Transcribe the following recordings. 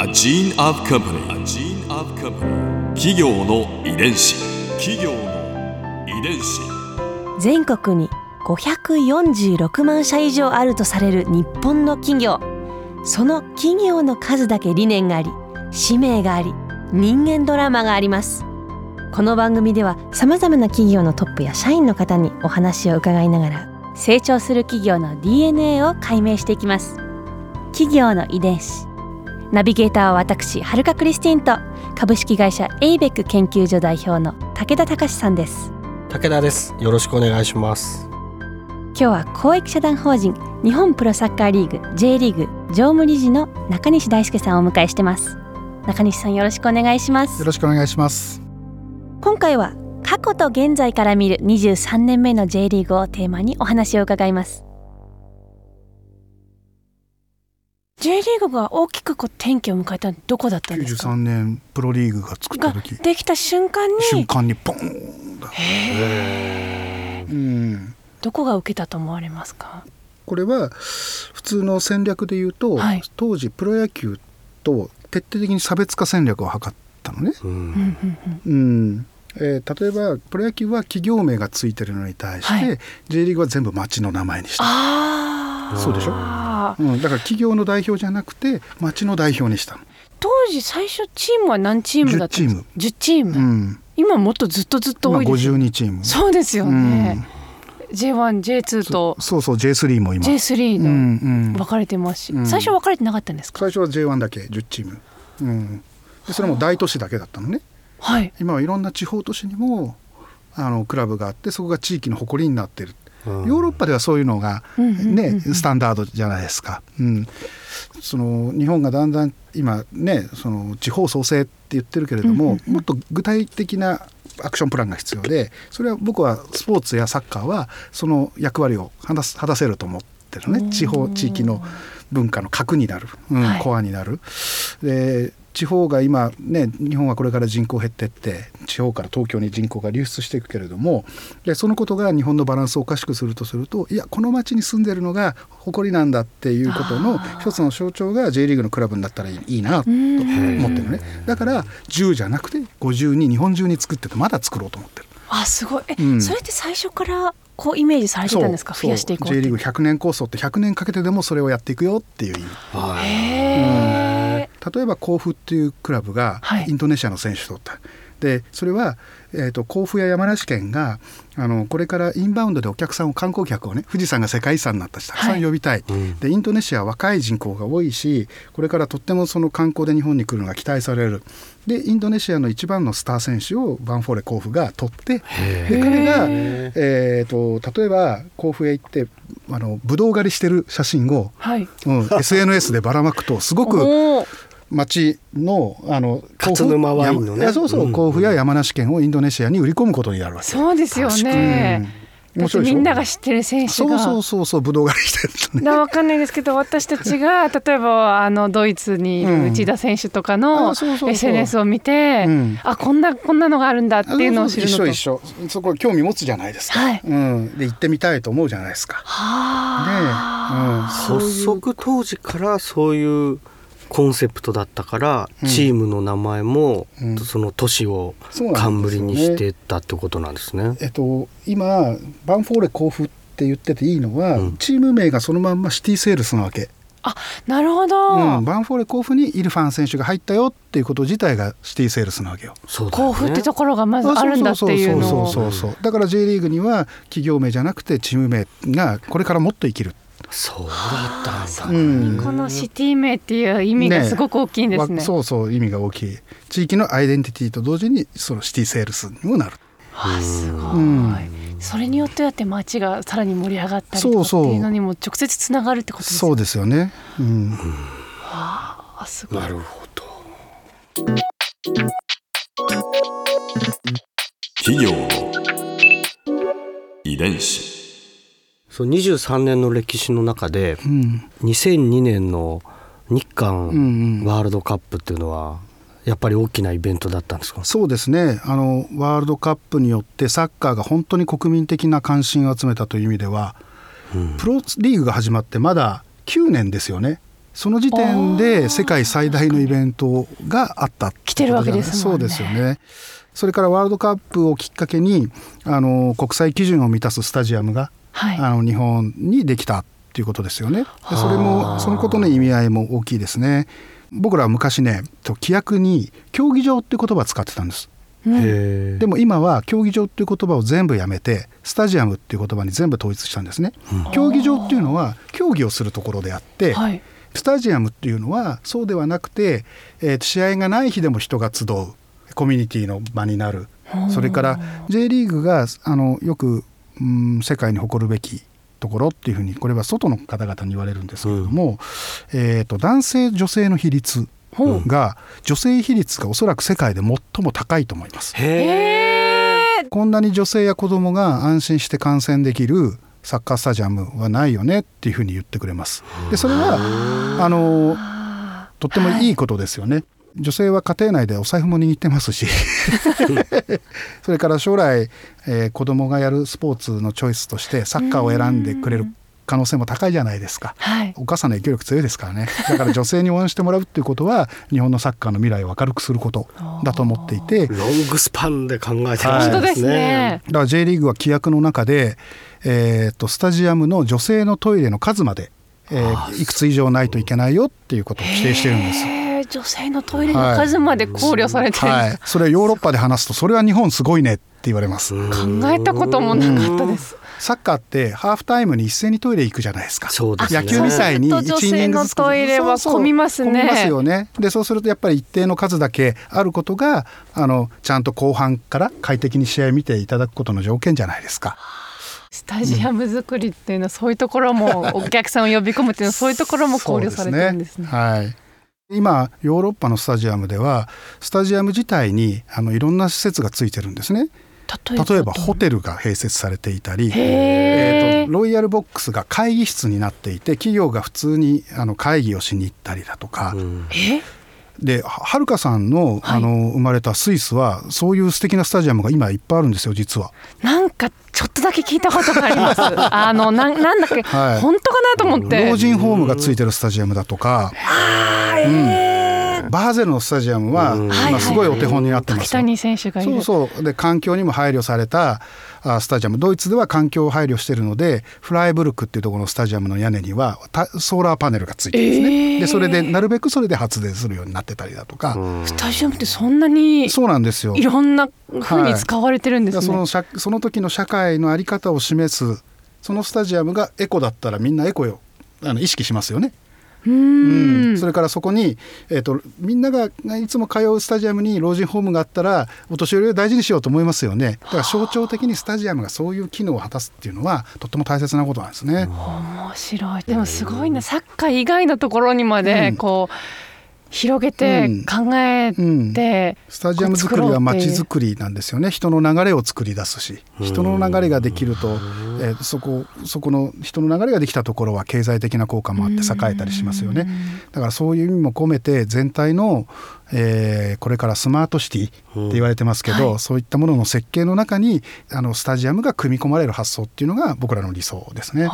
gene of company. A gene of company. 企業の遺伝子。企業の遺伝子。 全国に546万社以上あるとされる日本の企業。その企業の数だけ理念があり、使命があり、人間ドラマがあります。この番組ではさまざまな企業のトップや社員の方にお話を伺いながら、成長する企業の DNA を解明していきます。企業の遺伝子。ナビゲーターは私、はるかクリスティンと株式会社エイベック研究所代表の武田隆さんです。 武田です。よろしくお願いします。 今日は公益社団法人日本プロサッカーリーグ J リーグ常務理事の中西大輔さんをお迎えしてます。中西さん、よろしくお願いします。 よろしくお願いします。 今回は過去と現在から見る23年目の J リーグをテーマにお話を伺います。J リーグが大きく転機を迎えたのはどこだったんですか？ 93年プロリーグが作った時ができた瞬間にポンだ。 どこが受けたと思われますか？ これは普通の戦略でいうと、 はい、 当時プロ野球と徹底的に差別化戦略を図ったのね。例えばプロ野球は企業名がついてるのに対して、はい、J リーグは全部町の名前にした。そうでしょ、だから企業の代表じゃなくて町の代表にしたの。 当時最初チームは何チームだったんですか？10チーム、今もっとずっと多いですよ。 今52チーム。 そうですよね、J1、J2 とそう J3 も今 J3 の分かれてますし、最初分かれてなかったんですか？ 最初は J1 だけ10チーム、でそれも大都市だけだったのね、はい、今はいろんな地方都市にもクラブがあって、そこが地域の誇りになっている。ヨーロッパではそういうのが、スタンダードじゃないですか、その日本がだんだん今ね、その地方創生って言ってるけれども、もっと具体的なアクションプランが必要で、それは僕はスポーツやサッカーはその役割を果たせると思ってるね。地域の文化の核になる、コアになる。で地方が今ね、日本はこれから人口減っていって地方から東京に人口が流出していくけれども、でそのことが日本のバランスをおかしくするといやこの町に住んでるのが誇りなんだっていうことの一つの象徴が J リーグのクラブになったらいいなと思ってるね。だから10じゃなくて50に日本中に作ってて、まだ作ろうと思ってる。 すごい。それって最初からこうイメージされてたんですか？増やしていこうって。 J リーグ100年構想って100年かけてでもそれをやっていくよっていう意味。例えば甲府っていうクラブがインドネシアの選手とった、でそれは、甲府や山梨県がこれからインバウンドでお客さんを、観光客をね、富士山が世界遺産になったし、たくさん呼びたい、でインドネシアは若い人口が多いし、これからとってもその観光で日本に来るのが期待される。でインドネシアの一番のスター選手をバンフォーレ甲府が取って、で彼が、例えば甲府へ行ってブドウ狩りしてる写真を、SNS でばらまくとすごく町の勝沼ワインのね、 甲府や山梨県をインドネシアに売り込むことになるわけ。 そうですよね、だってみんなが知ってる選手がそうブドウ狩りしてる、 分かんないですけど、私たちが例えばドイツにいる内田選手とかの SNS を見て、こんなのがあるんだっていうのを知るのと一緒そこ興味持つじゃないですか、で行ってみたいと思うじゃないですか。 発足当時からそういうコンセプトだったから、チームの名前も、その都市を冠にしてたってことなんですね。 今バンフォーレ甲府って言ってていいのは、チーム名がそのまんまシティセールスなわけ。 なるほど、 バンフォーレ甲府にイルファン選手が入ったよっていうこと自体がシティセールスなわけよ。 甲府ってところがまずあるんだっていうのを。 だから J リーグには企業名じゃなくてチーム名がこれからもっと生きる。 そうだったんだ、 このシティ名っていう意味がすごく大きいんですね。 意味が大きい。地域のアイデンティティと同時にそのシティセールスにもなる。 すごい、それによってだって街がさらに盛り上がったりとかっていうのにも直接つながるってことですよね。 そうですよね、 すごい。なるほど。 企業の遺伝子。 23年の歴史の中で、2002年の日韓ワールドカップっていうのはやっぱり大きなイベントだったんですか？ そうですね、ワールドカップによってサッカーが本当に国民的な関心を集めたという意味では、プロリーグが始まってまだ9年ですよね。 その時点で世界最大のイベントがあった来てるわけですもんね。 そうですよね。それからワールドカップをきっかけに国際基準を満たすスタジアムが、日本にできたっていうことですよね。でそれもそのことの意味合いも大きいですね。僕らは昔ね、規約に競技場っていう言葉を使ってたんです。でも今は競技場っていう言葉を全部やめてスタジアムっていう言葉に全部統一したんですね。競技場っていうのは競技をするところであって、スタジアムっていうのはそうではなくて、試合がない日でも人が集うコミュニティの場になる。それから J リーグがよく、世界に誇るべきところっていうふうに、これは外の方々に言われるんですけれども、男性女性の比率が、女性比率がおそらく世界で最も高いと思います。こんなに女性や子どもが安心して観戦できるサッカースタジアムはないよねっていうふうに言ってくれます。でそれはとってもいいことですよね。女性は家庭内でお財布も握ってますしそれから将来、子供がやるスポーツのチョイスとしてサッカーを選んでくれる可能性も高いじゃないですか。お母さんの影響力強いですからね。だから女性に応援してもらうっていうことは日本のサッカーの未来を明るくすることだと思っていて、 ロングスパンで考えてらっしゃるんですね。 だから J リーグは規約の中で、スタジアムの女性のトイレの数まで、いくつ以上ないといけないよっていうことを規定してるんです。 女性のトイレの数まで考慮されてる、 それをヨーロッパで話すと、それは日本すごいねって言われます。 考えたこともなかったです。 サッカーってハーフタイムに一斉にトイレ行くじゃないですか。 そうですね。 野球みたいに1イニングずつ女性のトイレは混みますね。 混みますよね。でそうするとやっぱり一定の数だけあることがちゃんと後半から快適に試合見ていただくことの条件じゃないですか。 スタジアム作りっていうのはそういうところも、お客さんを呼び込むっていうのはそういうところも考慮されてるんですね。 今ヨーロッパのスタジアムではスタジアム自体にいろんな施設がついてるんですね。例えばホテルが併設されていたり、ロイヤルボックスが会議室になっていて企業が普通に会議をしに行ったりだとか、ではるかさんの、生まれたスイスはそういう素敵なスタジアムが今いっぱいあるんですよ。実はなんかちょっとだけ聞いたことがありますなんだっけ、本当かなと思って。 老人ホームがついてるスタジアムだとか、バーゼルのスタジアムは今すごいお手本になってますよ。 北に選手がいる。 そうで環境にも配慮されたスタジアム。ドイツでは環境を配慮しているのでフライブルクっていうところのスタジアムの屋根にはソーラーパネルがついてるんですね。でそれでなるべくそれで発電するようになってたりだとか。 スタジアムってそんなにそうなんですよ。 いろんな風に使われてるんですね。 その時の社会の在り方を示すそのスタジアムがエコだったらみんなエコを意識しますよね。それからそこに、みんながいつも通うスタジアムに老人ホームがあったらお年寄りを大事にしようと思いますよね。だから象徴的にスタジアムがそういう機能を果たすっていうのはとっても大切なことなんですね。 面白い。でもすごいな、サッカー以外のところにまで広げて考えて、 スタジアム作りは街づくりなんですよね。人の流れを作り出すし、人の流れができると、そこの人の流れができたところは経済的な効果もあって栄えたりしますよね。だからそういう意味も込めて全体の、これからスマートシティって言われてますけど、そういったものの設計の中にスタジアムが組み込まれる発想っていうのが僕らの理想ですね。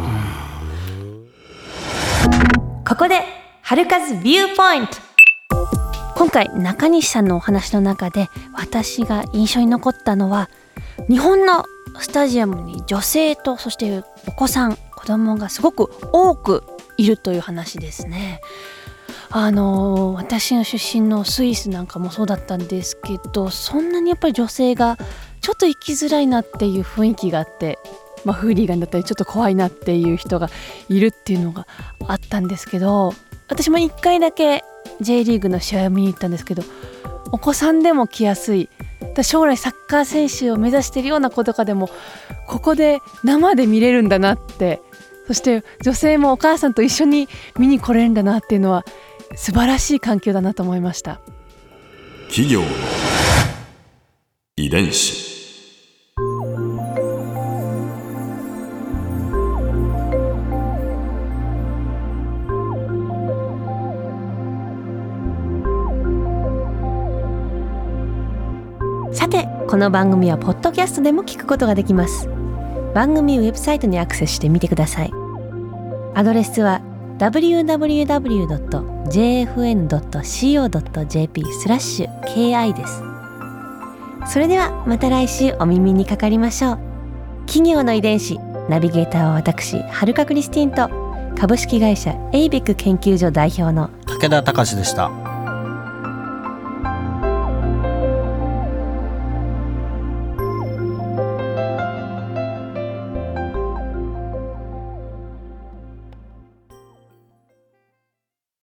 ここで春風ビューポイント。 今回中西さんのお話の中で私が印象に残ったのは、日本のスタジアムに女性とそしてお子さん子供がすごく多くいるという話ですね。私の出身のスイスなんかもそうだったんですけど、そんなにやっぱり女性がちょっと生きづらいなっていう雰囲気があって、フーリガンだったりちょっと怖いなっていう人がいるっていうのがあったんですけど、私も1回だけ J リーグの試合を見に行ったんですけど、お子さんでも来やすい、将来サッカー選手を目指しているような子とかでもここで生で見れるんだなって、そして女性もお母さんと一緒に見に来れるんだなっていうのは素晴らしい環境だなと思いました。 企業の遺伝子。 さて、この番組はポッドキャストでも聞くことができます。番組ウェブサイトにアクセスしてみてください。アドレスは www.jfn.co.jp/ki です。それではまた来週お耳にかかりましょう。企業の遺伝子、ナビゲーターは私はるかクリスティンと株式会社エイベック研究所代表の武田隆でした。